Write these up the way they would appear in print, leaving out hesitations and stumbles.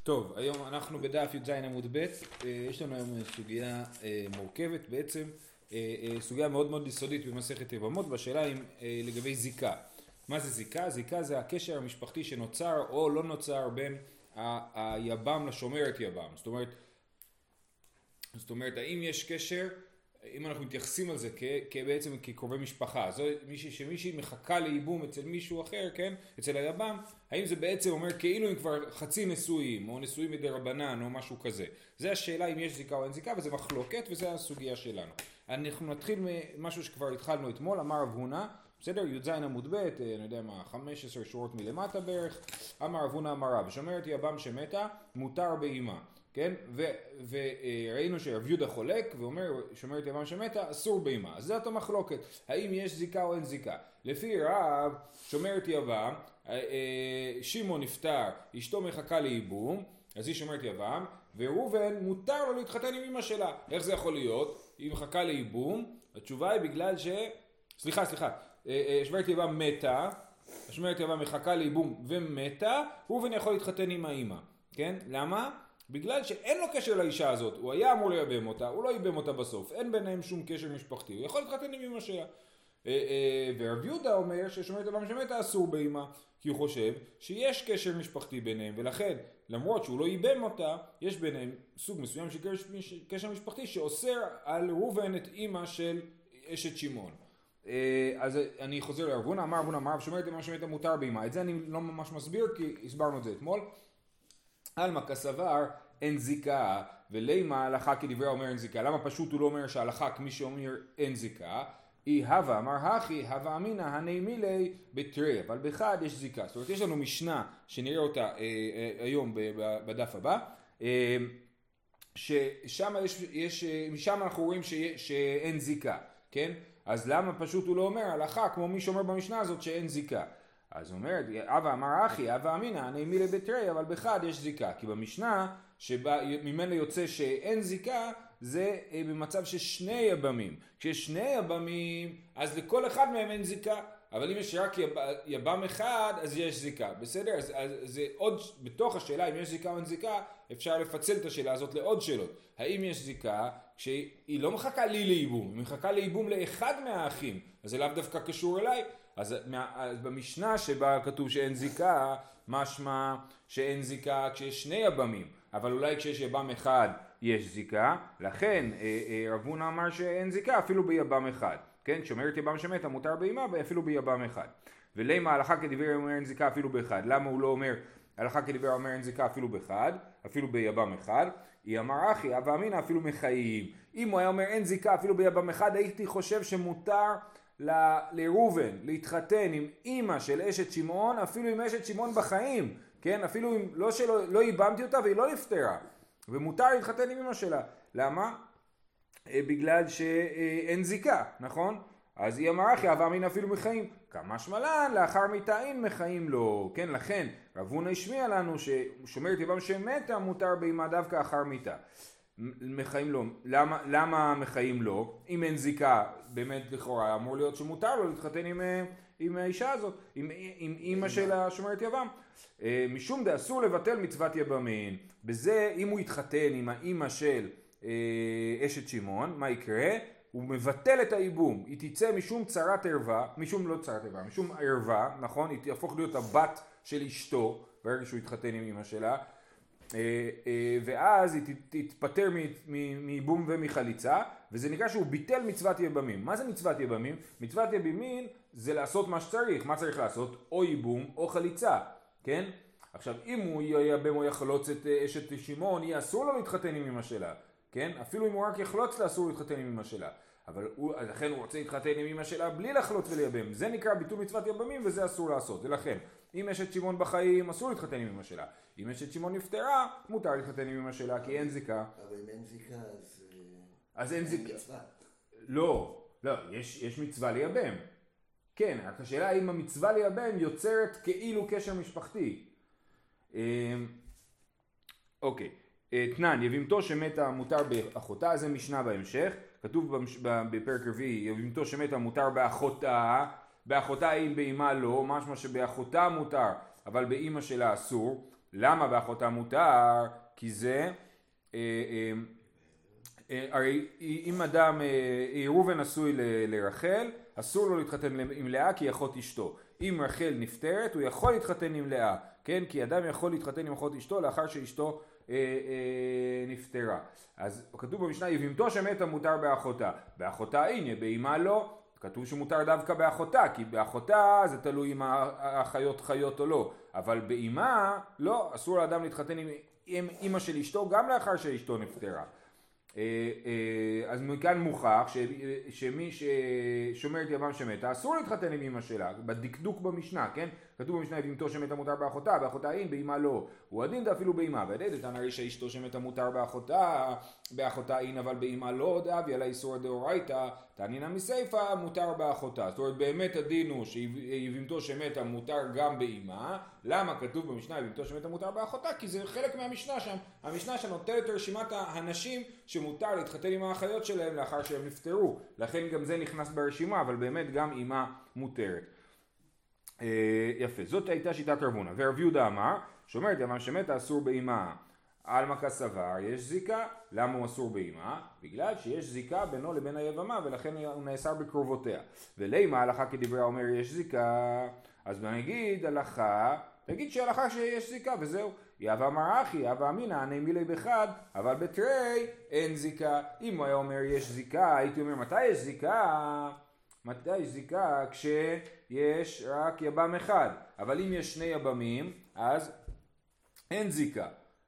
טוב, היום אנחנו בדף י"ז עמוד ב', יש לנו היום סוגיה מורכבת, בעצם סוגיה מאוד מאוד יסודית במסכת יבמות, בשאלה לגבי זיקה. מה זה זיקה? זיקה זה הקשר המשפחתי שנוצר או לא נוצר בין היבם לשומרת יבם. זאת אומרת, האם יש קשר, אם אנחנו מתייחסים על זה בעצם כקרובי משפחה, זו שמישהי מחכה לייבום אצל מישהו אחר, כן? אצל היבם, האם זה בעצם אומר כאילו הם כבר חצי נשואים, או נשואים מדי רבנן, או משהו כזה. זה השאלה אם יש זיקה או אין זיקה, וזה מחלוקת, וזה הסוגיה שלנו. אנחנו נתחיל ממשהו שכבר התחלנו אתמול, אמר רב הונא, בסדר? י"ז עמוד ב', אני יודע מה, 15 שורות מלמטה בערך, אמר רב הונא אמר רב, שומרת יבם שמתה, מותר באימה. כן? וראינו שרב יהודה חולק ואומר שומרת יבם שמתה אסור באימה. אז זאת המחלוקת, האם יש זיקה או אין זיקה. לפי רב שומרת יבם, שמעון נפטר, אשתו מחכה לייבום, אז היא שומרת יבם, וראובן מותר לו להתחתן עם אמא שלה. איך זה יכול להיות? היא מחכה לייבום, התשובה היא בגלל שומרת יבם מתה, שומרת יבם מחכה לייבום ומתה, ראובן יכול להתחתן עם האמא. כן? למה? בגלל שאין לו קשר לאישה הזאת, הוא היה אמור לייבם אותה, הוא לא ייבם אותה בסוף, אין ביניהם שום קשר משפחתי, הוא יכול להתחתן עם אמא שלה. ורב יהודה אומר ששומרת יבם שמתה אסור באמא, כי הוא חושב שיש קשר משפחתי ביניהם, ולכן למרות שהוא לא ייבם אותה, יש ביניהם סוג מסוים של קשר משפחתי שאוסר על ראובן את אמא של אשת שמעון. אז אני חוזר לרב הונא, אמר רב הונא, שומרת יבם שמתה מותר באמא. את זה אני לא ממש מסביר כי הסברנו את זה אתמול. אלמה כסבר אין זיקה, ולמה הלכה כדברי אומר אין זיקה? למה פשוט הוא לא אומר שההלכה כמי שאומר אין זיקה? אי הווה אמר הכי, הווה אמינא הני מילי בתרי, אבל באחד יש זיקה. זאת אומרת, יש לנו משנה שנראה אותה היום בדף הבא, ששם משם אנחנו רואים שאין זיקה, כן? אז למה פשוט הוא לא אומר הלכה כמו מי שאומר במשנה הזאת שאין זיקה? אז הוא אומר, אבא אמר אחי, אבא אמינא, אני מילי בתרי, אבל באחד יש זיקה. כי במשנה, שממנו יוצא שאין זיקה, זה במצב ששני יבמים. כשיש שני יבמים, אז לכל אחד מהם אין זיקה. אבל אם יש רק יבם אחד, אז יש זיקה. בסדר? אז זה עוד, בתוך השאלה, אם יש זיקה או אין זיקה, אפשר לפצל את השאלה הזאת לעוד שאלות. האם יש זיקה כשהיא לא מחכה לי לייבום, היא מחכה לייבום לאחד מהאחים, אז זה לאו דווקא קשור אליי. אז במשנה שבה כתוב שאין זיקה, משמע שאין זיקה כשיש שני יבמים, אבל אולי כשיש יבם אחד יש זיקה, לכן רב הונא אמר שאין זיקה אפילו ביבם אחד, כן? שומרת יבם שמתה מותר באימה ואפילו ביבם אחד. ולמה הלכה כדברי אומר אין זיקה אפילו באחד? למה הוא לא אומר הלכה כדברי אומר אין זיקה אפילו באחד, אפילו ביבם אחד? היא אמר אחי, הווה אמינא אפילו מחיים. אם הוא היה אומר אין זיקה אפילו ביבם אחד, הייתי חושב שמותר לראובן להתחתן עם אמא של אשת שמעון, אפילו עם אשת שמעון בחיים, כן? אפילו אם לא ייבמתי אותה והיא לא נפטרה, ומותר להתחתן עם אמא שלה. למה? בגלל שאין זיקה, נכון? אז היא אמרה אחי, הווה אמינא אפילו מחיים. כמה שמלן, לאחר מיתה אין מחיים לו, כן? לכן רב הונא השמיע לנו ששומרת יבם שמתה מותר באמא דווקא אחר מיתה. מחיים לו. למה מחיים לו? אם אין זיקה, באמת לכאורה אמור להיות שמותר לו להתחתן עם האישה הזאת, עם אמא של השומרת יבם. משום דה אסור לבטל מצוות יבמין. בזה אם הוא יתחתן עם האמא של אשת שמעון, מה יקרה? הוא מבטל את הייבום. היא תצא משום צרת ערווה, משום ערווה, נכון? היא תהפוך להיות הבת של אשתו, ברגע שהוא יתחתן עם אמא שלה. ואז היא תתפטר מייבום ומחליצה, וזה נקרא שהוא ביטל מצוות יבמים. מה זה מצוות יבמים? מצוות יבמים זה לעשות מה שצריך. מה צריך לעשות? או ייבום או חליצה, כן? עכשיו, אם הוא ייבם או יחלוץ את אשת שמעון, יהיה אסור לו להתחתן עם אמא שלה, כן? אפילו אם הוא רק יחלוץ לה, אסור להתחתן עם אמא שלה. אבל לכן הוא רוצה להתחתן עם אמא שלה בלי לחלוץ ולייבם. זה נקרא ביטול מצוות יבמים, וזה אסור לעשות. ולכן, אם אשת שמעון בחיים, אסור להתחתן עם אמא שלה. אם אשת שמעון נפטרה, מותר להתחתן עם אמא שלה, כי אין זיקה. אבל אם אין זיקה, אז אין זיקה. לא, יש מצווה לייבם. כן, רק השאלה האם המצווה לייבם יוצרת כאילו קשר משפחתי. אוקיי. תנן, יבימתו שמתה מותר באחותה, זה משנה בהמשך. כתוב בפרק רביעי, יבימתו שמתה מותר באחותה אם באמה לא, משמע שבאחותה מותר, אבל באמא שלה אסור. למה באחותה מותר? כי זה, הרי אם אדם, ראובן נשוי לרחל, אסור לו להתחתן עם לאה כי היא אחות אשתו. אם רחל נפטרת, הוא יכול להתחתן עם לאה, כן? כי אדם יכול להתחתן עם אחות אשתו לאחר שאשתו נפטרה. אז כתוב במשנה, יבימתו שמתה מותר באחותה. באחותה הנה, באמה לא. כתוב שמותר דווקא באחותה, כי באחותה זה תלוי אם האחיות חיות או לא. אבל באמה, לא, אסור לאדם להתחתן עם אמא של אשתו גם לאחר שאשתו נפטרה. אז מכאן מוכח שמי ששומר את יבם שמתה אסור להתחתן עם אמא שלה, בדקדוק במשנה, כן? כתוב במשנה יבימתו שמתה מותר באחותה, באחותה אין, באמה לא. הוא הדין אפילו באמה, והדין הרי שאשתו שמתה מותר באחותה, באחותה אין אבל באמה לא, דאבי על האיסור דאורייתא, תענינא מסיפא מותר באחותה. זאת אומרת באמת הדין הוא שיבימתו שמתה מותר גם באמה. למה כתוב במשנה יבימתו שמתה מותר באחותה? כי זה חלק מהמשנה שם. המשנה שנותנת רשימת הנשים שמותר להתחתן עם האחיות שלהם לאחר שהם נפטרו, לכן גם זה נכנס ברשימה, אבל באמת גם אמה מותרת. יפה, זאת הייתה שיטת רב הונא. ורב יהודה אמר, שומר את יבם שמתה אסור באמה. עלמא כסבר, יש זיקה. למה הוא אסור באמה? בגלל שיש זיקה בינו לבין היבמה, ולכן הוא נאסר בקרובותיה. ולימה הלכה כדבריה אומר יש זיקה, אז נגיד הלכה, תגיד שהלכה שיש זיקה וזהו. יהווה אמר אחי, יהווה אמינא, הני מילי בחד, אבל בתרי אין זיקה. אם הוא היה אומר יש זיקה, הייתי אומר מתי יש זיקה? מתי יש זיקה? כשיש רק יבם אחד. אבל אם יש שני יבמים, אז אין זיקה.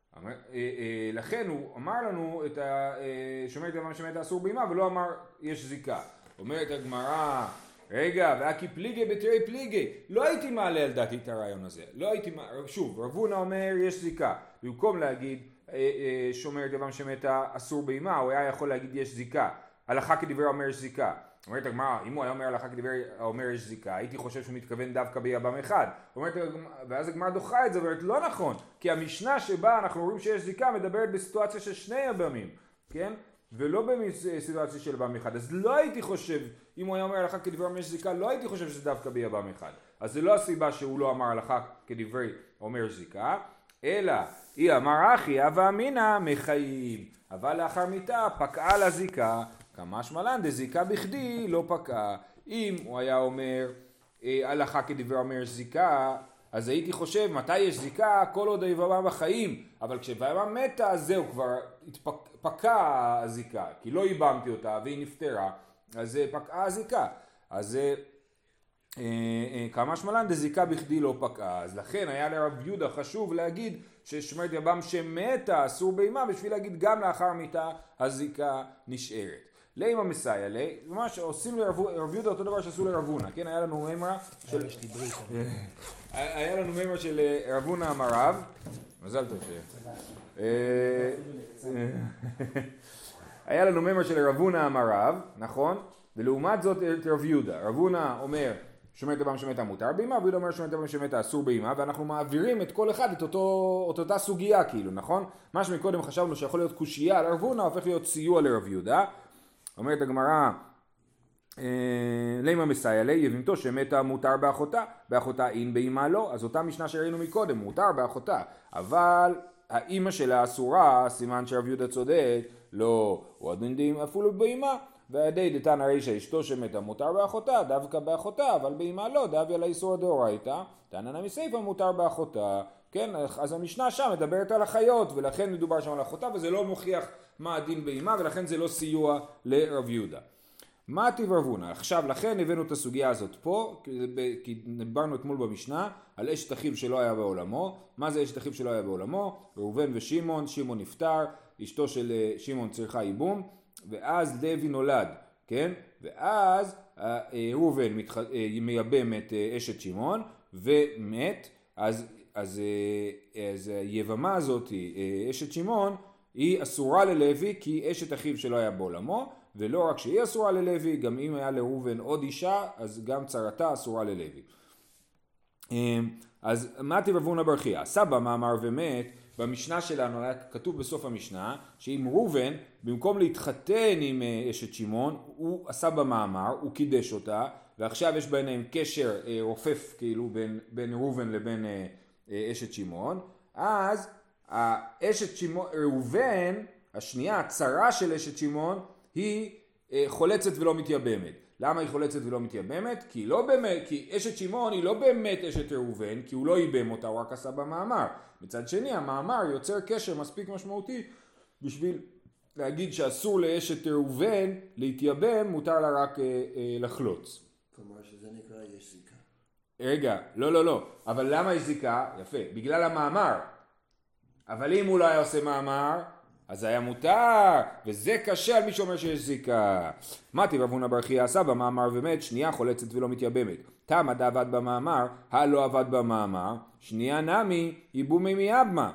לכן הוא אמר לנו את שומר את יבם שמתה אסור באמה, ולא אמר יש זיקה. אומרת הגמרא, רגע, והכי פליגי בתרי פליגי, לא הייתי מעלה על דעתי את הרעיון הזה. לא הייתי, שוב, רב הונא אומר יש זיקה. במקום להגיד שומר את יבם שמתה אסור באמה, הוא היה יכול להגיד יש זיקה. הלכה כדבריה אומר יש זיקה. אומרת הגמרא, אם הוא היה אומר הלכה כדבריה אומר יש זיקה, הייתי חושב שהוא מתכוון דווקא ביבם אחד. ואז הגמרא דוחה את זה ואומרת לא נכון, כי המשנה שבה אנחנו רואים שיש זיקה מדברת בסיטואציה של שני יבמים, כן? ולא בסיטואציה של יבם אחד. אז לא הייתי חושב, אם הוא היה אומר הלכה כדבריה אומר יש זיקה, לא הייתי חושב שזה דווקא ביבם אחד. אז זה לא הסיבה שהוא לא אמר הלכה כדבריה אומר זיקה, אלא היא אמר אחי הווה אמינא מחיים, אבל לאחר מיתה פקעה לזיקה. כמשמע לן דזיקה בכדי לא פקעה. אם הוא היה אומר הלכה כדבריה אומר זיקה, אז הייתי חושב מתי יש זיקה? כל עוד היבמה בחיים, אבל כשהיבמה מתה אז זהו, כבר פקעה הזיקה, כי לא ייבמתי אותה והיא נפטרה, אז פקעה הזיקה. אז כמשמע לן דזיקה בכדי לא פקעה. אז לכן היה לרב יהודה חשוב להגיד ששומר את יבם שמתה אסור באמה, בשביל להגיד גם לאחר מיתה הזיקה נשארת. לימה מסייע לי, ממש עושים לרב יהודה אותו דבר שעשו לרב הונא, כן? היה לנו מימרה של רב הונא אמר רב, מזל טוב היה לנו מימרה של רב הונא אמר רב, נכון? ולעומת זאת את רב יהודה. רב הונא אומר שומר את יבם שמתה מותר באמה, ויהודה אומר שומר את יבם שמתה אסור באמה, ואנחנו מעבירים את כל אחד את אותה סוגיה כאילו, נכון? מה שמקודם חשבנו שיכול להיות קושייה על רב הונא הופך להיות סיוע לרב יהודה. אומרת הגמרא, לימה מסייע לי, יבימתו שמתה מותר באחותה, באחותה אין באמה לא. אז אותה משנה שראינו מקודם, מותר באחותה, אבל האמא שלה אסורה, סימן שרב יהודה צודק, לא, הוא הדין אפילו באמה. והדי דתנא רישא אשתו שמתה מותר באחותה, דווקא באחותה, אבל באמה לא, דאבי על האיסור דאורייתא, תענינא מסיפא מותר באחותה. כן, אז המשנה שם מדברת על החיות, ולכן מדובר שם על אחותה, וזה לא מוכיח מה הדין באמה, ולכן זה לא סיוע לרב יהודה. מה טיב רב הונא? עכשיו, לכן הבאנו את הסוגיה הזאת פה, כי דיברנו אתמול במשנה על אשת אחיו שלא היה בעולמו. מה זה אשת אחיו שלא היה בעולמו? ראובן ושמעון, שמעון נפטר, אשתו של שמעון צריכה ייבום, ואז לוי נולד, כן? ואז ראובן מייבם את אשת שמעון ומת, אז היבמה הזאת, אשת שמעון, היא אסורה ללוי כי אשת אחיו שלא היה בעולמו, ולא רק שהיא אסורה ללוי, גם אם היה לראובן עוד אישה, אז גם צרתה אסורה ללוי. אז מה טיב רב הונא בר חייא? סבא מאמר ומת, במשנה שלנו היה כתוב בסוף המשנה, שאם ראובן, במקום להתחתן עם אשת שמעון, הוא עשה במאמר, הוא קידש אותה, ועכשיו יש ביניהם קשר רופף כאילו בין ראובן לבין אשת שמעון, אז האשת שמעון, ראובן, השנייה, הצרה של אשת שמעון, היא חולצת ולא מתייבמת. למה היא חולצת ולא מתייבמת? כי אשת שמעון היא לא באמת אשת ראובן, כי הוא לא ייבם אותה, הוא רק עשה במאמר. מצד שני, המאמר יוצר קשר מספיק משמעותי בשביל להגיד שאסור לאשת ראובן להתייבם, מותר לה רק לחלוץ. כלומר שזה נקרא יש זיקה. רגע, לא. אבל למה יש זיקה? יפה, בגלל המאמר. אבל אם הוא לא היה עושה מאמר, אז היה מותר, וזה קשה על מי שאומר שיש זיקה. מתי רב הונא בר חייא עשה במאמר ומת, שנייה חולצת ולא מתייבמת. תמה דעבד במאמר, הלא עבד במאמר, שנייה נמי, ייבומי מייבמה.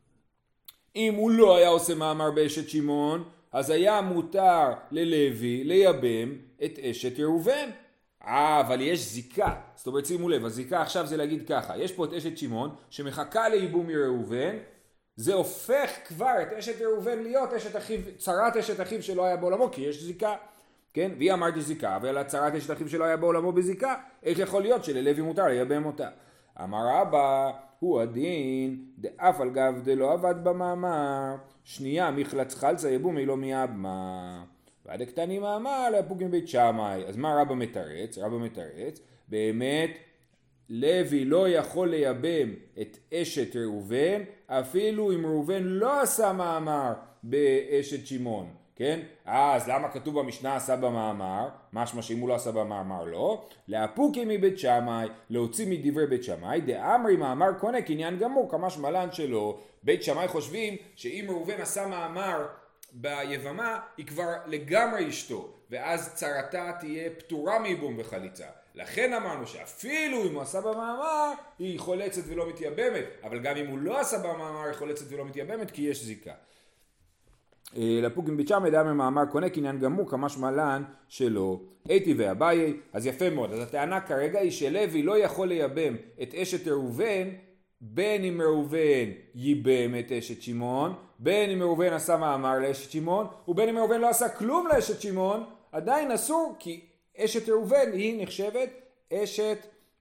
אם הוא לא היה עושה מאמר באשת שמעון, אז היה מותר ללוי לייבם את אשת ראובן. אבל יש זיקה, זאת אומרת שימו לב, הזיקה עכשיו זה להגיד ככה, יש פה את אשת שמעון שמחכה לייבום מראובן, זה הופך כבר את אשת ראובן להיות אשת אחיו, צרת אשת אחיו שלא היה בעולמו, כי יש זיקה, כן? והיא אמרת זיקה, אבל הצרת אשת אחיו שלא היה בעולמו בזיקה, איך יכול להיות שללוי מותר לייבם אותה? אמר רבא, הוא הדין, דאף על גב דלא עבד במאמר, שנייה מחלץ חלצה ייבום אילו מייבמה. ועד הקטני מאמר להפוגים בית שמאי. אז מה רבא מתרץ? רבא מתרץ, באמת לוי לא יכול לייבם את אשת ראובן, אפילו אם ראובן לא עשה מאמר באשת שמעון, כן? אז למה כתוב במשנה עשה במאמר? משמע שאם הוא לא עשה במאמר לא. להפוקים מבית שמאי, להוציא מדברי בית שמאי, דאמרי מאמר קונה קניין גמור, כמשמע לן שלו. בית שמאי חושבים שאם ראובן עשה מאמר ביבמה היא כבר לגמרי אשתו, ואז צרתה תהיה פטורה מייבום וחליצה. לכן אמרנו שאפילו אם הוא עשה במאמר היא חולצת ולא מתייבמת, אבל גם אם הוא לא עשה במאמר היא חולצת ולא מתייבמת כי יש זיקה. לפוקים בית שמאי דאמר מאמר קונה קניין גמור כמשמע לן שלו. הייתי ואביי, אז יפה מאוד. אז הטענה כרגע היא שלוי לא יכול לייבם את אשת ראובן, בין אם ראובן ייבם את אשת שמעון, בין אם ראובן עשה מאמר לאשת שמעון, ובין אם ראובן לא עשה כלום לאשת שמעון, עדיין אסור, כי אשת ראובן היא נחשבת אשת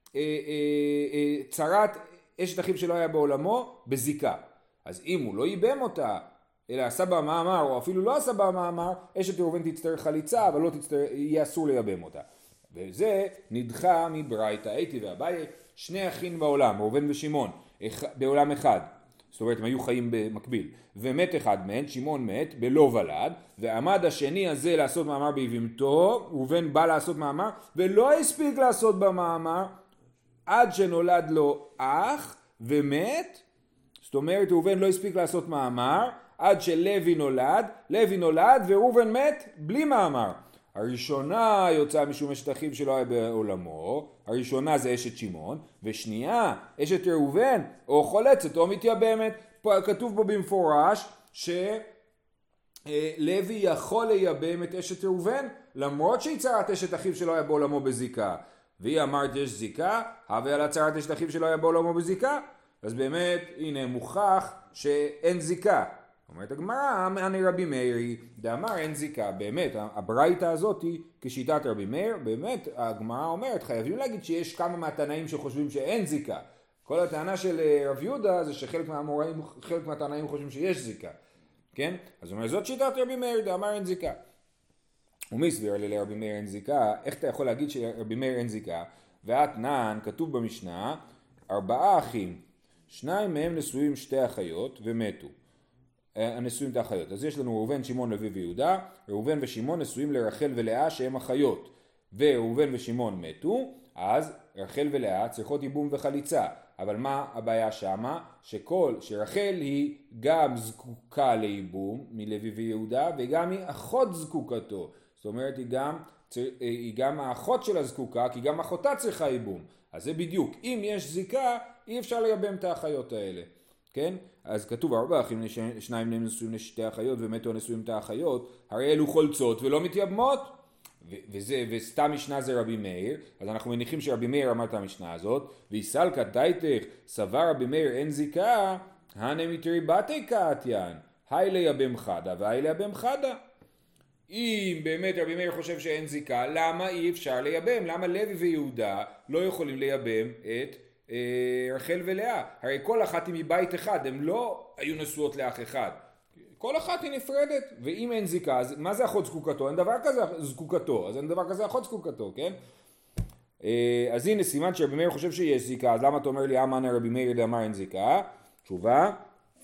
צרת אשת אחיו שלא היה בעולמו בזיקה. אז אם הוא לא ייבם אותה, אלא עשה במאמר, או אפילו לא עשה במאמר, אשת ראובן תצטרך חליצה, אבל לא יהיה אסור לייבם אותה. וזה נדחה מברייתא. הייתי ואביי, שני אחים בעולם, ראובן ושמעון, בעולם אחד. זאת אומרת, הם היו חיים במקביל. ומת אחד מהם, שמעון מת, בלא ולד, ועמד השני הזה לעשות מאמר ביבימתו, ראובן בא לעשות מאמר, ולא הספיק לעשות במאמר, עד שנולד לו אח ומת. זאת אומרת, ראובן לא הספיק לעשות מאמר, עד שלוי נולד, וראובן מת בלי מאמר. הראשונה יוצאה משום אשת אחיו שלא היה בעולמו, הראשונה זה אשת שמעון, ושנייה אשת ראובן או חולצת או מתייבמת. כתוב פה במפורש שלוי יכול לייבם את אשת ראובן למרות שהיא צרת אשת אחיו שלא היה בעולמו בזיקה, והיא אמרת יש זיקה, אבל על הצרת אשת אחיו שלא היה בעולמו בזיקה, אז באמת הנה מוכח שאין זיקה. אומרת הגמרא, אני רבי מאירי, דאמר אין זיקה. באמת, הברייתא הזאת היא כשיטת רבי מאיר, באמת הגמרא אומרת, חייבים להגיד שיש כמה מהתנאים שחושבים שאין זיקה. כל הטענה של רב יהודה זה שחלק מהתנאים חושבים שיש זיקה. כן? אז אומר, זאת שיטת רבי מאיר, דאמר אין זיקה. ומי סביר לרבי מאיר אין זיקה? איך אתה יכול להגיד שרבי מאיר אין זיקה? ואתנן, כתוב במשנה, 4 אחים, 2 מהם נשואים 2 אחיות ומתו. הנשואים את האחיות. אז יש לנו ראובן, שמעון, לוי ויהודה. ראובן ושמעון נשואים לרחל ולאה שהם אחיות. וראובן ושמעון מתו, אז רחל ולאה צריכות ייבום וחליצה. אבל מה הבעיה שמה? שרחל היא גם זקוקה לייבום מלוי ויהודה, וגם היא אחות זקוקתו. זאת אומרת, היא גם האחות שלה זקוקה, כי גם אחותה צריכה ייבום. אז זה בדיוק. אם יש זיקה, אי אפשר לייבם את האחיות האלה. כן? אז כתוב 4 אחים, 2 מהם נשואים ל2 אחיות ומתו נשואים את האחיות, הרי אלו חולצות ולא מתייבמות. וסתם משנה זה רבי מאיר, אז אנחנו מניחים שרבי מאיר אמר את המשנה הזאת, ויסלקא דייתך סבר רבי מאיר אין זיקה, הנה מתרי בתי קעתיין, היי לייבם חדה והי לייבם חדה. אם באמת רבי מאיר חושב שאין זיקה, למה אי אפשר לייבם? למה לוי ויהודה לא יכולים לייבם את רחל ולאה, הרי כל אחת היא מבית אחד, הן לא היו נשואות לאח אחד, כל אחת היא נפרדת, ואם אין זיקה, אז מה זה אחות זקוקתו? אין דבר כזה זקוקתו, אז אין דבר כזה אחות זקוקתו, כן? אז הנה סימן שרבי מאיר חושב שיש זיקה, אז למה אתה אומר לי אמר רבי מאיר דאמר אין זיקה? תשובה,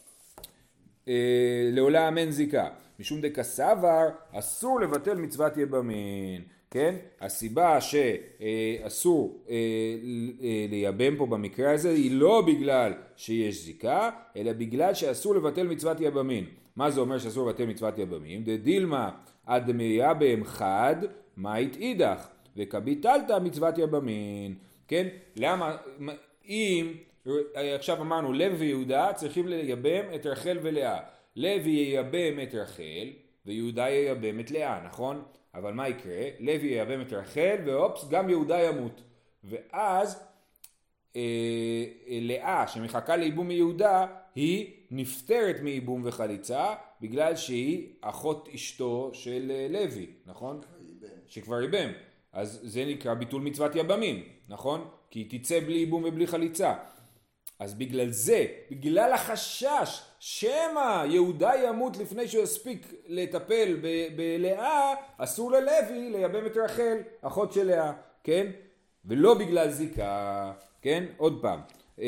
לעולם אין זיקה, משום דקסבר אסור לבטל מצוות יבמין, כן? הסיבה שאסור לייבם פה במקרה הזה היא לא בגלל שיש זיקה, אלא בגלל שאסור לבטל מצוות יבמין. מה זה אומר שאסור לבטל מצוות יבמים? דדילמה עד מייבם חד, מאית אידך, וכביטלת מצוות יבמין, כן? למה? אם עכשיו אמרנו לוי ויהודה צריכים לייבם את רחל ולאה, לוי ייבם את רחל ויהודה ייבם את לאה, נכון? אבל מה יקרה? לוי ייבם את רחל ואופס גם יהודה ימות, ואז לאה שמחכה לייבום מיהודה היא נפטרת מייבום וחליצה בגלל שהיא אחות אשתו של לוי, נכון? שכבר ייבם. אז זה נקרא ביטול מצוות יבמים, נכון? כי היא תצא בלי ייבום ובלי חליצה. אז בגלל זה, בגלל החשש שמא יהודה ימות לפני שהוא יספיק לטפל בלאה, אסור ללוי לייבם את רחל, אחות של לאה, כן? ולא בגלל זיקה, כן? עוד פעם.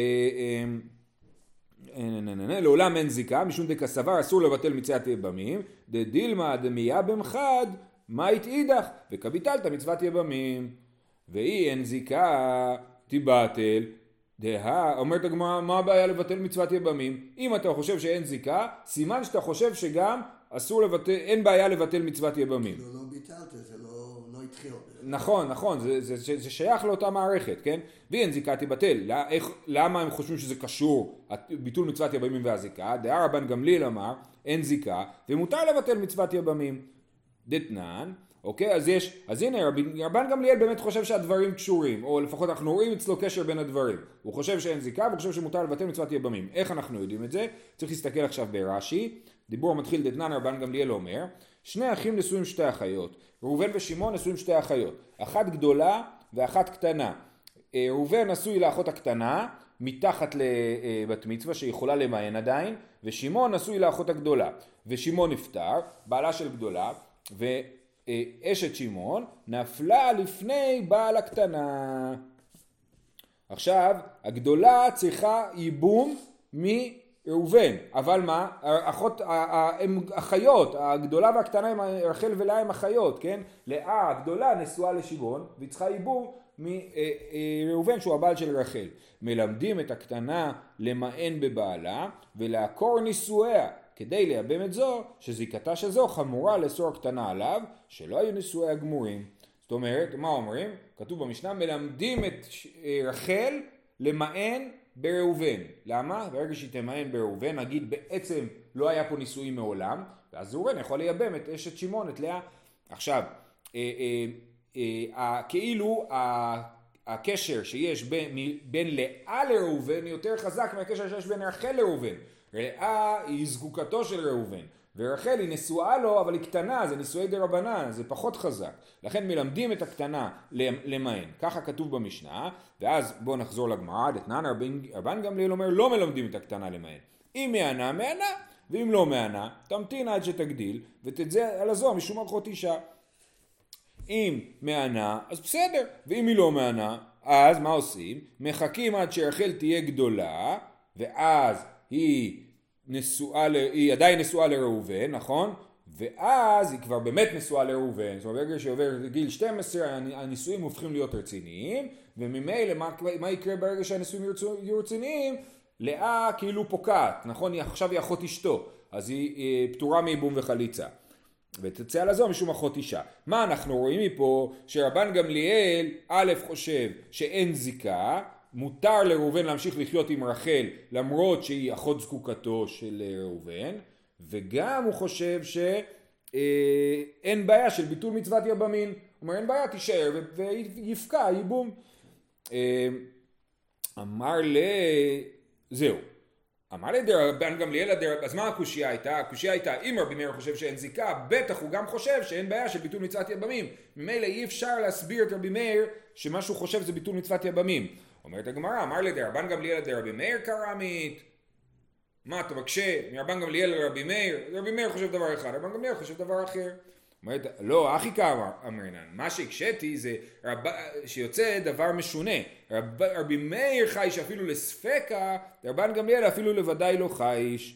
לעולם אין זיקה, משום דקסבר אסור לבטל מצוות יבמים, דדילמה דמייבם חד, מאית אידך, וכביטלת מצוות יבמים. ואי אין זיקה, תבטל. אומרת הגמרא, מה הבעיה לבטל מצוות יבמים? אם אתה חושב שאין זיקה, סימן שאתה חושב שגם אסור לבטל, אין בעיה לבטל מצוות יבמים. לא ביטלת, זה לא התחיל. נכון, זה שייך לאותה מערכת, כן? ואין זיקה תבטל. למה הם חושבים שזה קשור, ביטול מצוות יבמים והזיקה? דעה רבן גמליאל אמר, אין זיקה, ומותר לבטל מצוות יבמים. דתנן, אוקיי? אז הנה, רבן גמליאל באמת חושב שהדברים קשורים, או לפחות אנחנו רואים אצלו קשר בין הדברים. הוא חושב שאין זיקה, והוא חושב שמותר לבטל מצוות יבמים. איך אנחנו יודעים את זה? צריך להסתכל עכשיו ברש"י. דיבור מתחיל דתנן, רבן גמליאל אומר, שני אחים נשואים שתי אחיות. ראובן ושמעון נשואים שתי אחיות. אחת גדולה ואחת קטנה. ראובן נשוי לאחות הקטנה, מתחת לבת מצווה שיכולה למען עדיין, ושמעון נשוי לאחות הגדולה. ושמעון נפטר, בעלה של גדולה, אשת שמעון נפלה לפני בעל הקטנה. עכשיו הגדולה צריכה ייבום מראובן, אבל מה? הם אחיות, הגדולה והקטנה הם רחל ולאה הם אחיות, כן? לאה הגדולה נשואה לשמעון והיא צריכה ייבום מראובן שהוא הבעל של רחל. מלמדים את הקטנה למען בבעלה ולעקור נישואיה, כדי לייבם את זו, שזיקתה שזו חמורה לאסור הקטנה עליו, שלא היו נישואי הגמורים. זאת אומרת, מה אומרים? כתוב במשנה, מלמדים את רחל למען בראובן. למה? ברגע שהיא תמען בראובן, נגיד בעצם לא היה פה נישואי מעולם, ואז ראובן יכול לייבם את אשת שמעון, את לאה. עכשיו, כאילו הקשר שיש בין לאה לראובן יותר חזק מהקשר שיש בין רחל לראובן. לאה היא זקוקתו של ראובן, ורחל היא נשואה לו, אבל היא קטנה, זה נישואי דרבנן, זה פחות חזק. לכן מלמדים את הקטנה למען. ככה כתוב במשנה, ואז בואו נחזור לגמרא, דתנן רבן גמליאל אומר, לא מלמדים את הקטנה למען. אם מענה, מענה, ואם לא מענה, תמתין עד שתגדיל, ותצא על הזו משום אחות אישה. אם מענה, אז בסדר, ואם היא לא מענה, אז מה עושים? מחכים עד שרחל תהיה גדולה, ואז היא עדיין נשואה לראובן, מה ואז היא כבר באמת נשואה לראובן, זאת אומרת, ברגע שעובר גיל 12, הנישואים הופכים להיות רציניים, וממילא מה יקרה ברגע שהנישואים יהיו רציניים? לאה כאילו פוקעת, נכון? עכשיו היא אחות אשתו, אז היא פטורה מייבום וחליצה. ותצא על הזו משום אחות אישה. מה אנחנו רואים מפה? שרבן גמליאל א' חושב שאין זיקה, מותר לראובן להמשיך לחיות עם רחל למרות שהיא אחות זקוקתו של ראובן, וגם הוא חושב שאין בעיה של ביטול מצוות יבמין. הוא אומר אין בעיה, תישאר ויפקע ייבום. אמר זהו. אמר לרבן גמליאל, אז מה הקושיה הייתה? הקושיה הייתה, אם רבי מאיר חושב שאין זיקה, בטח הוא גם חושב שאין בעיה של ביטול מצוות יבמים. ממילא אי אפשר להסביר את רבי מאיר שמה שהוא חושב זה ביטול מצוות יבמים. אומרת הגמרא, אמר לדרבן גמליאל דרבי מאיר קרמית. מה אתה מקשה מרבן גמליאל לרבי מאיר? רבי מאיר חושב דבר אחד, רבן גמליאל חושב דבר אחר. אומרת, לא, אחי כאמר, אמרנן, מה שהקשיתי זה שיוצא דבר משונה. רבי מאיר חייש אפילו לספקה, רבן גמליאל אפילו לוודאי לא חייש.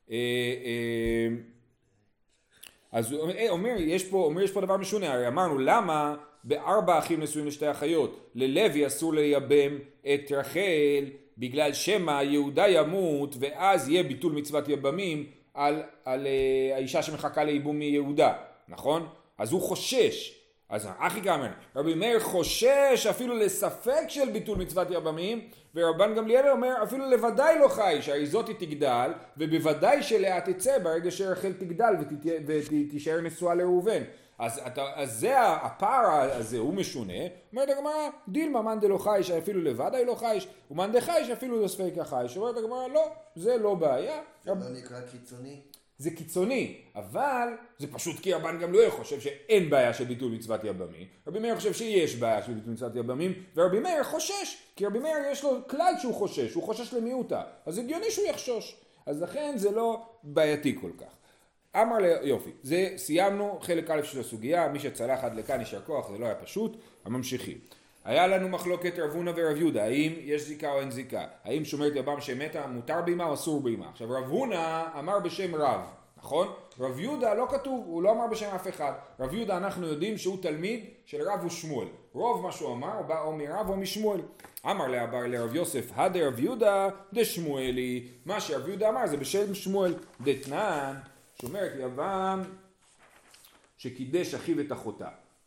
אז אומר, יש פה דבר משונה, הרי אמרנו, למה בארבע אחים נשואים לשתי אחיות, ללוי אסור לייבם את רחל, בגלל שמא יהודה ימות, ואז יהיה ביטול מצוות יבמים על האישה שמחכה לייבום מיהודה. נכון? אז הוא חושש. אז אחי כאמר, רבי מאיר חושש אפילו לספק של ביטול מצוות יבמים, ורבן גמליאל אומר אפילו לוודאי לא חי, שהרי זאת תגדל, ובוודאי שלאה תצא ברגע שרחל תגדל ותישאר נשואה לראובן. אז זה הפער הזה הוא משונה. אומרת הגמרא, דילמה מאן דלא חי שאפילו לוודאי לא חי, ומאן דחי שאפילו לספק החי. אומרת הגמרא, לא, זה לא בעיה. זה לא נקרא קיצוני? זה קיצוני, אבל זה פשוט כי רבן גמליאל חושב שאין בעיה של ביטול מצוות יבמים, רבי מאיר חושב שיש בעיה של ביטול מצוות יבמים, ורבי מאיר חושש, כי רבי מאיר יש לו כלל שהוא חושש למיעוטה, אז הגיוני שהוא יחשוש, אז לכן זה לא בעייתי כל כך. אמר יופי, זה סיימנו חלק א' של הסוגיה, מי שצלח עד לכאן יישר כוח, זה לא היה פשוט, הממשיכים. היה לנו מחלוקת רב הונא ורב יהודה, האם יש זיקה או אין זיקה, האם שומרת יבם שמתה מותר באמה או אסור באמה. עכשיו רב הונא אמר בשם רב, נכון? רב יהודה לא כתוב, הוא לא אמר בשם אף אחד. רב יהודה אנחנו יודעים שהוא תלמיד של רב ושמואל, רוב מה שהוא אמר הוא בא או מרב או משמואל. אמר לרב יוסף, הדה רב יהודה דשמואלי, מה שרב יהודה אמר זה בשם שמואל. דתנן, שומרת יבם שקידש אחיו את אחותה.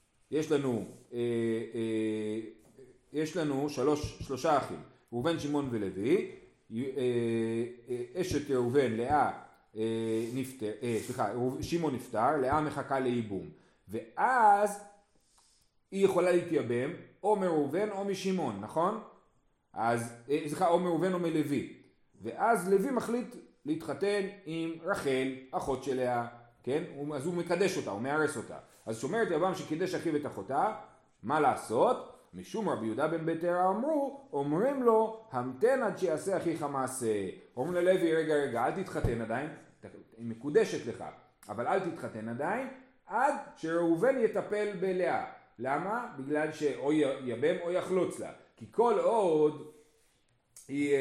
יש לנו שלושה אחים, ראובן, שמעון ולוי. אשת ראובן, לאה נפטר, שמעון נפטר, לאה מחכה לייבום, ואז היא יכולה להתייבם או מראובן או משמעון, נכון? אז או מראובן או מלוי, ואז לוי מחליט להתחתן עם רחל, אחות של לאה, כן? אז הוא מקדש אותה, הוא מארס אותה. אז שומרת יבם שקידש אחיו את אחותה, מה לעשות? משום רבי יהודה בן ביתרא אומרים לו, המתן עד שיעשה אחיך מעשה. אומרים ללוי, רגע, אל תתחתן עדיין, היא מקודשת לך, אבל אל תתחתן עדיין, עד שראובן יטפל בלאה. למה? בגלל שאו יבם או יחלוץ לה. כי כל עוד היא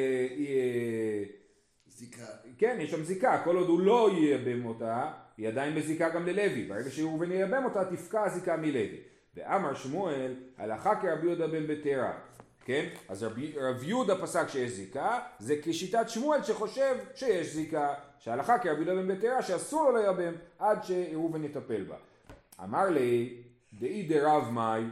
זיקה. כן, יש שם זיקה, כל עוד הוא לא ייבם אותה, היא עדיין בזיקה גם ללוי, ברגע שראובן ייבם אותה, תפקע הזיקה מלוי. ואמר שמואל, הלכה כרבי יהודה בן ביתרא, כן? אז רב יהודה פסק שיש זיקה, זה כשיטת שמואל שחושב שיש זיקה, שהלכה כרבי יהודה בן ביתרא, שאסור לו לייבם עד שראובן יטפל בה. אמר לי, דאי דרב מאי,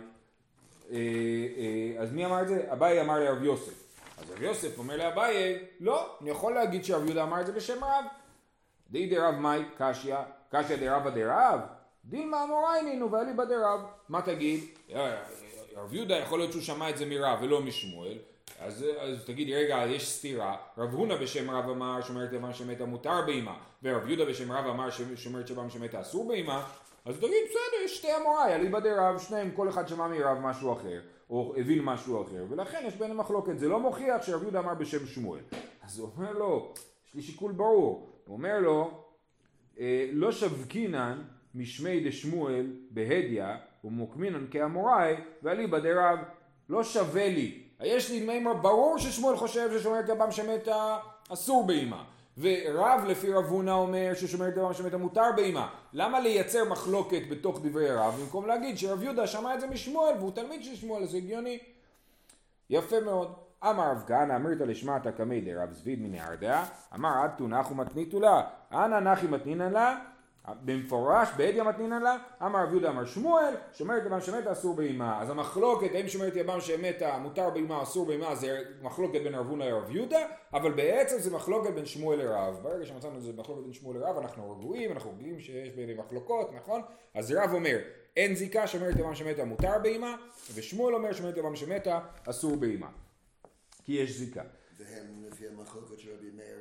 אז מי אמר את זה? אביי אמר לרב יוסף. אז רב יוסף אומר לאביי, לא, אני יכול להגיד שרב יהודה אמר את זה בשם רב. דאי דרב מאי, קשיא דרבא דרב, דילמה אמוריינינו ואליבא דרב. מה תגיד? רב יהודה יכול להיות שהוא שמע את זה מרב ולא משמואל, אז תגיד, רגע, יש סתירה. רב הונא בשם רב אמר שומרת יבם שמתה מותר באמה, ורב יהודה בשם רב אמר שומרת יבם שמתה אסור באמה, אז תגיד, בסדר, יש שתי אמוראי, אליבא דרב, שניהם, כל אחד שמע מרב משהו אחר, או הבין משהו אחר, ולכן יש ביניהם מחלוקת. זה לא מוכיח שרב יהודה אמר בשם שמואל. אז הוא אומר לו, יש לי שיקול ברור, הוא אומר לו, לא שבקינן משמי דשמואל בהדיא ומוקמינן כאמוראי ואליבא דרב, לא שווה לי. יש לי מימר ברור ששמואל חושב ששומרת יבם שמתה אסור באמה, ורב לפי רב הונא אומר ששומרת יבם שמתה מותר באמה. למה לייצר מחלוקת בתוך דברי רב במקום להגיד שרב יהודה שמע את זה משמואל והוא תלמיד של שמואל? זה הגיוני. יפה מאוד. אמר רב כהנא אמרת לשמעתא קמי דרב זביד מנהרדעא, אמר עד תונח ומתניתו לה, אנא נחי מתנינן לה, במפורש בהדיא מתנינן לה. אמר רב יהודה אמר שמואל, שומרת יבם שמתה אסור באמה. אז המחלוקת האם שומרת יבם שמתה מותר באמה או אסור באמה זה מחלוקת בין רב הונא לרב יהודה, אבל בעצם זה מחלוקת בין שמואל לרב. ברגע שמצאנו את זה מחלוקת בין שמואל לרב, אנחנו רגועים, אנחנו רואים שיש ביניהם מחלוקות, נכון? אז רב אומר אין זיקה, שומרת יבם שמתה מותר באמה, ושמואל אומר שומרת יבם שמתה אסור באמה, כי יש זיקה. והם לפי המחלוקת של רבי מאיר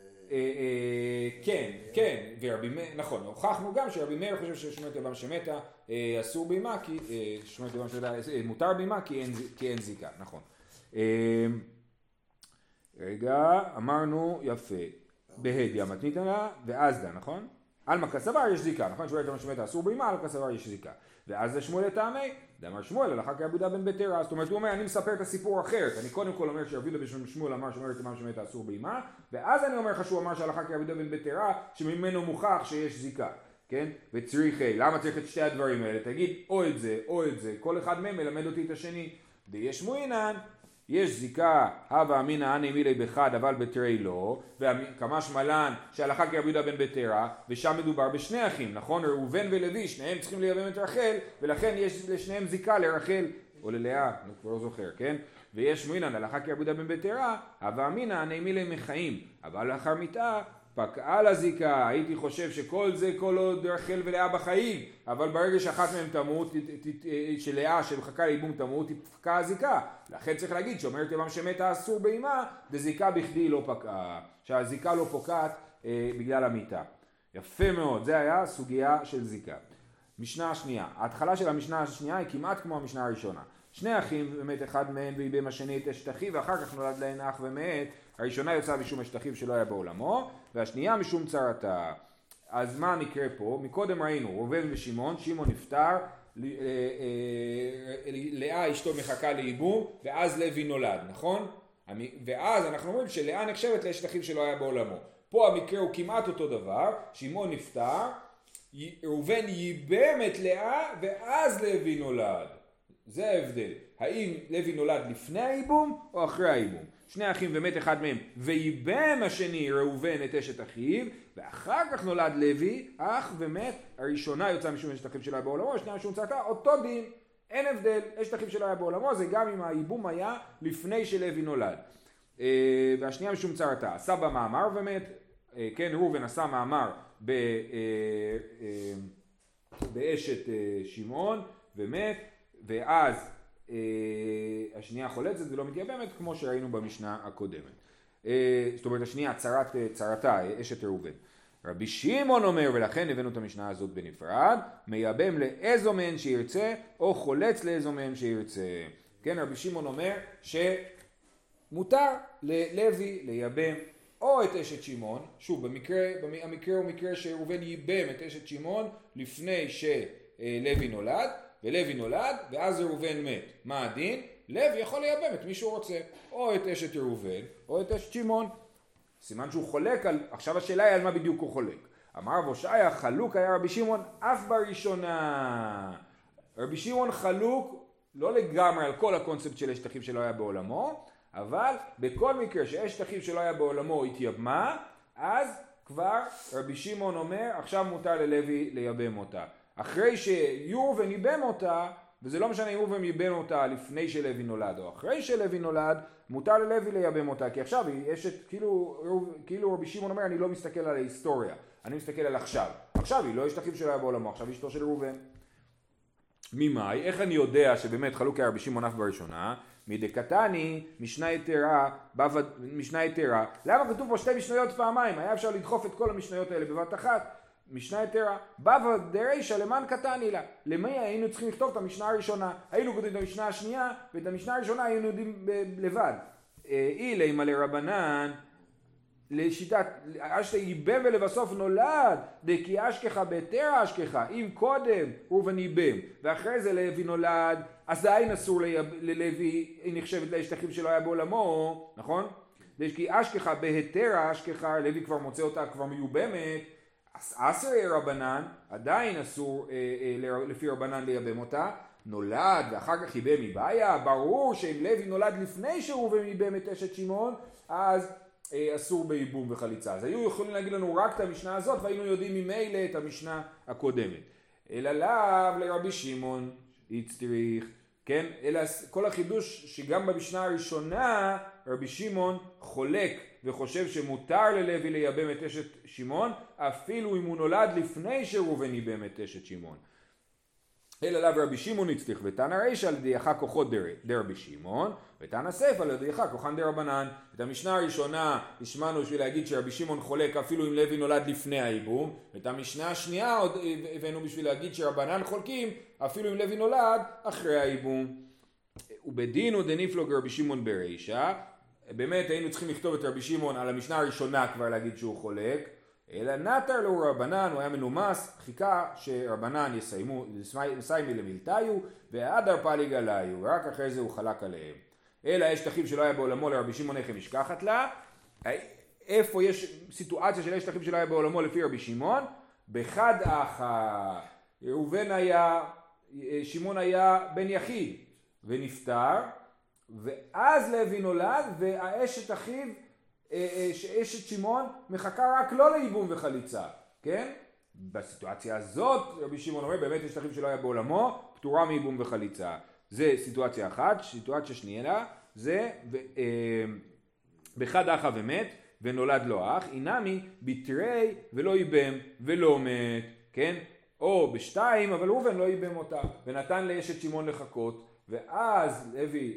כן, ורבי מאיר, נכון, הוכחנו גם שרבי מאיר חושב ששומרת יבם שמתה אסור באמה, כי שומרת יבם שמתה מותר באמה, כי אין זיקה, נכון. רגע, אמרנו יפה, בהדיא מתניתן לה ואזדה, נכון? על מקסבר יש זיקה, נכון? שמואל את המשמעת האסור באימה, על מקסבר יש זיקה. ואז זה שמואל לטעמי, דאמר שמואל, הלכה כעבודה בן בתרה, זאת אומרת, הוא אומר, אני מספר את הסיפור אחרת, אני קודם כל אומר שרבידה בשם שמואל אמר שמואל את המשמעת האסור באימה, ואז אני אומר לך שהוא אמר שהלכה כעבודה בן בתרה, שממנו מוכח שיש זיקה, כן? וצריכי, למה צריך את שתי הדברים האלה? תגיד, או את זה, או את זה, כל אחד מהם מלמד אותי את השני. ויש מועינן, יש זיקה, הווה אמינא הני מילי בחד אבל בתרי לא, וכמה שמלן שהלכה כרבידה בן בתרה, ושם מדובר בשני אחים, נכון? ראובן ולוי, שניהם צריכים לייבם את רחל, ולכן יש לשניהם זיקה לרחל או ללאה, אני כבר לא זוכר, כן? ויש מועינן, הלכה כרבידה בן בתרה, הווה אמינא הני מילי מחיים, אבל לאחר מיתה פקעה לזיקה, הייתי חושב שכל זה כל עוד רחל ולאה בחיים, אבל ברגע שאחת מהם תמות, שלאה שמחכה לאיבום תמות, תפקע הזיקה. לכן צריך להגיד שאומרת יבם שמת האסור באימה, דזיקה בכדי לא פקעה, שהזיקה לא פוקעת בגלל המיתה. יפה מאוד, זה היה סוגיה של זיקה. משנה השנייה, ההתחלה של המשנה השנייה היא כמעט כמו המשנה הראשונה. שני אחים, באמת אחד מהם ואיבם השני את אשת אחיו, ואחר כך נולד להן אח ומת. הראשונה יוצאה משום אשת אחיו שלא היה בעולמו, והשנייה משום צרתה. אז מה המקרה פה? מקודם ראינו, ראובן ושמעון, שמעון נפטר, לאה אשתו מחכה לאיבום, ואז לוי נולד, נכון? ואז אנחנו אומרים שלאה נחשבת לאשת אחיו שלא היה בעולמו. פה המקרה הוא כמעט אותו דבר, שמעון נפטר, ראובן ייבם את לאה, ואז לוי נולד. זה ההבדל. האם לוי נולד לפני האיבום או אחרי האיבום? שני אחים ומת אחד מהם, וייבם השני ראובן את אשת אחיו, ואחר כך נולד לוי, אח ומת, הראשונה יוצאה משום אשת אחיו שלא היה בעולמו, השנייה משום צרתה, אותו דין, אין הבדל, אשת אחיו שלא היה בעולמו, זה גם אם האיבום היה לפני שלוי נולד. והשנייה משום צרתה, עשה בה מאמר ומת, כן, ראובן עשה מאמר באשת שמעון ומת, ואז השנייה חולצת ולא מתייבמת כמו שראינו במשנה הקודמת. זאת אומרת השנייה צרתה, אשת ראובן. רבי שמעון אומר, ולכן הבאנו את המשנה הזאת בנפרד, מייבם לאיזו מהן שירצה או חולץ לאיזו מהן שירצה. כן, רבי שמעון אומר שמותר ללוי לייבם או את אשת שמעון, שוב המקרה הוא מקרה שראובן ייבם את אשת שמעון לפני שלוי נולד, ולוי נולד, ואז ראובן מת. מה הדין? לוי יכול לייבם את מי שהוא רוצה, או את אשת ראובן, או את אשת שמעון. סימן שהוא חולק על, עכשיו השאלה היא על מה בדיוק הוא חולק. אמר רב הושעיה, חלוק היה רבי שמעון אף בראשונה. רבי שמעון חלוק לא לגמרי על כל הקונספט של אשת אחיו שלא היה בעולמו, אבל בכל מקרה שאשת אחיו שלא היה בעולמו התייבמה, אז כבר רבי שמעון אומר, עכשיו מותר ללוי לייבם אותה. אחרי שיורבן ייבם אותה, וזה לא משנה אם יורבן ייבם אותה לפני שלוי נולד או אחרי שלוי נולד, מותר ללוי לייבם אותה, כי עכשיו היא אשת, כאילו רבי שמעון אומר, אני לא מסתכל על ההיסטוריה, אני מסתכל על עכשיו. עכשיו היא לא אשת אחיו שלא היה בעולמו, עכשיו היא אשתו של ראובן. ממאי, איך אני יודע שבאמת חלוק היה רבי שמעון אף בראשונה? מדקתני, משנה יתרה. למה כתוב פה שתי משניות פעמיים? היה אפשר לדחוף את כל המשניות האלה בבת אחת. משנה יתרה, בבא דרישא למען קטני לה. למי היינו צריכים לכתוב את המשנה הראשונה? היינו כותבים את המשנה השנייה, ואת המשנה הראשונה היינו יודעים לבד. אילי מלא רבנן, לשיטת, אשתה ייבם ולבסוף נולד, דקי אשכחה בתרה אשכחה. אם קודם ראובן ייבם, ואחרי זה לוי נולד, אז עדיין אסור ללוי, היא נחשבת לאשת אחיו שלא היה בעולמו, נכון? דקי אשכחה בהתרה אשכחה, לוי כבר מוצא אותה, כבר מיובמת, אסרי רבנן, עדיין אסור לפי רבנן לייבם אותה, נולד ואחר כך ייבם מבעיה, ברור שאם לוי נולד לפני שראובן ייבם את אשת שמעון, אז אסור בייבום וחליצה. אז היו יכולים להגיד לנו רק את המשנה הזאת, והיינו יודעים ממילא את המשנה הקודמת. אלא לאו לרבי שמעון הצטריך, כן? אלא כל החידוש שגם במשנה הראשונה רבי שמעון חולק וחושב שמותר ללוי לייבם את אשת שמעון, אפילו אם הוא נולד לפני שראובן ייבם את אשת שמעון. אלא לאו רבי שמעון הצטריך, ותנא רישא על ידיך כוחות דרבי שמעון, ותנא סיפא על ידיך כוחן דרבנן. את המשנה הראשונה השמענו בשביל להגיד שרבי שמעון חולק אפילו אם לוי נולד לפני האיבום, ואת המשנה השנייה עוד הבאנו בשביל להגיד שרבנן חולקים אפילו אם לוי נולד אחרי האיבום. ובדין הוא דניפלוג רבי שמעון ברישא, באמת היינו צריכים לכתוב את רבי שמעון על המשנה הראשונה כבר להגיד שהוא חולק, אלא נטר לו רבנן, הוא היה מנומס, חיכה שרבנן יסיימי למילתיו, והאדר פליג עליו, ורק אחרי זה הוא חלק עליהם. אלא יש תחיו שלא היה בעולמו לרבי שמעון איך משכחת לה, איפה יש סיטואציה של יש תחיו שלא היה בעולמו לפי רבי שמעון? בחד אחא, שמעון היה בן יחיד ונפטר, ואז לוי נולד, והאשת אחיו, אשת שמעון, מחכה רק לא לייבום וחליצה, כן? בסיטואציה הזאת, רבי שמעון אומר, באמת יש תחיו שלא היה בעולמו, פטורה מייבום וחליצה. זה סיטואציה אחת. סיטואציה שנייה, זה בחד אחא ומת, ונולד לו אח, אינמי ביטרי ולא ייבם ולא מת, כן? או בשתיים, אבל ראובן לא ייבם אותה, ונתן לאשת שמעון לחכות, ואז לוי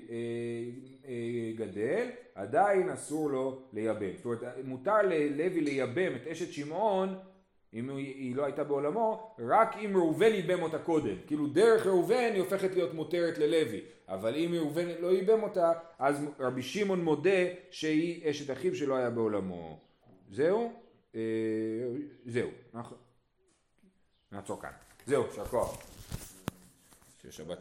גדל, עדיין אסור לו לייבם. זאת אומרת, מותר ללוי לייבם את אשת שמעון, אם היא לא הייתה בעולמו, רק אם ראובן ייבם אותה קודם. כאילו דרך ראובן היא הופכת להיות מותרת ללוי. אבל אם ראובן לא ייבם אותה, אז רבי שמעון מודה שהיא אשת אחיו שלא היה בעולמו. זהו? זהו. נעצור כאן. זהו, שכוח. שבת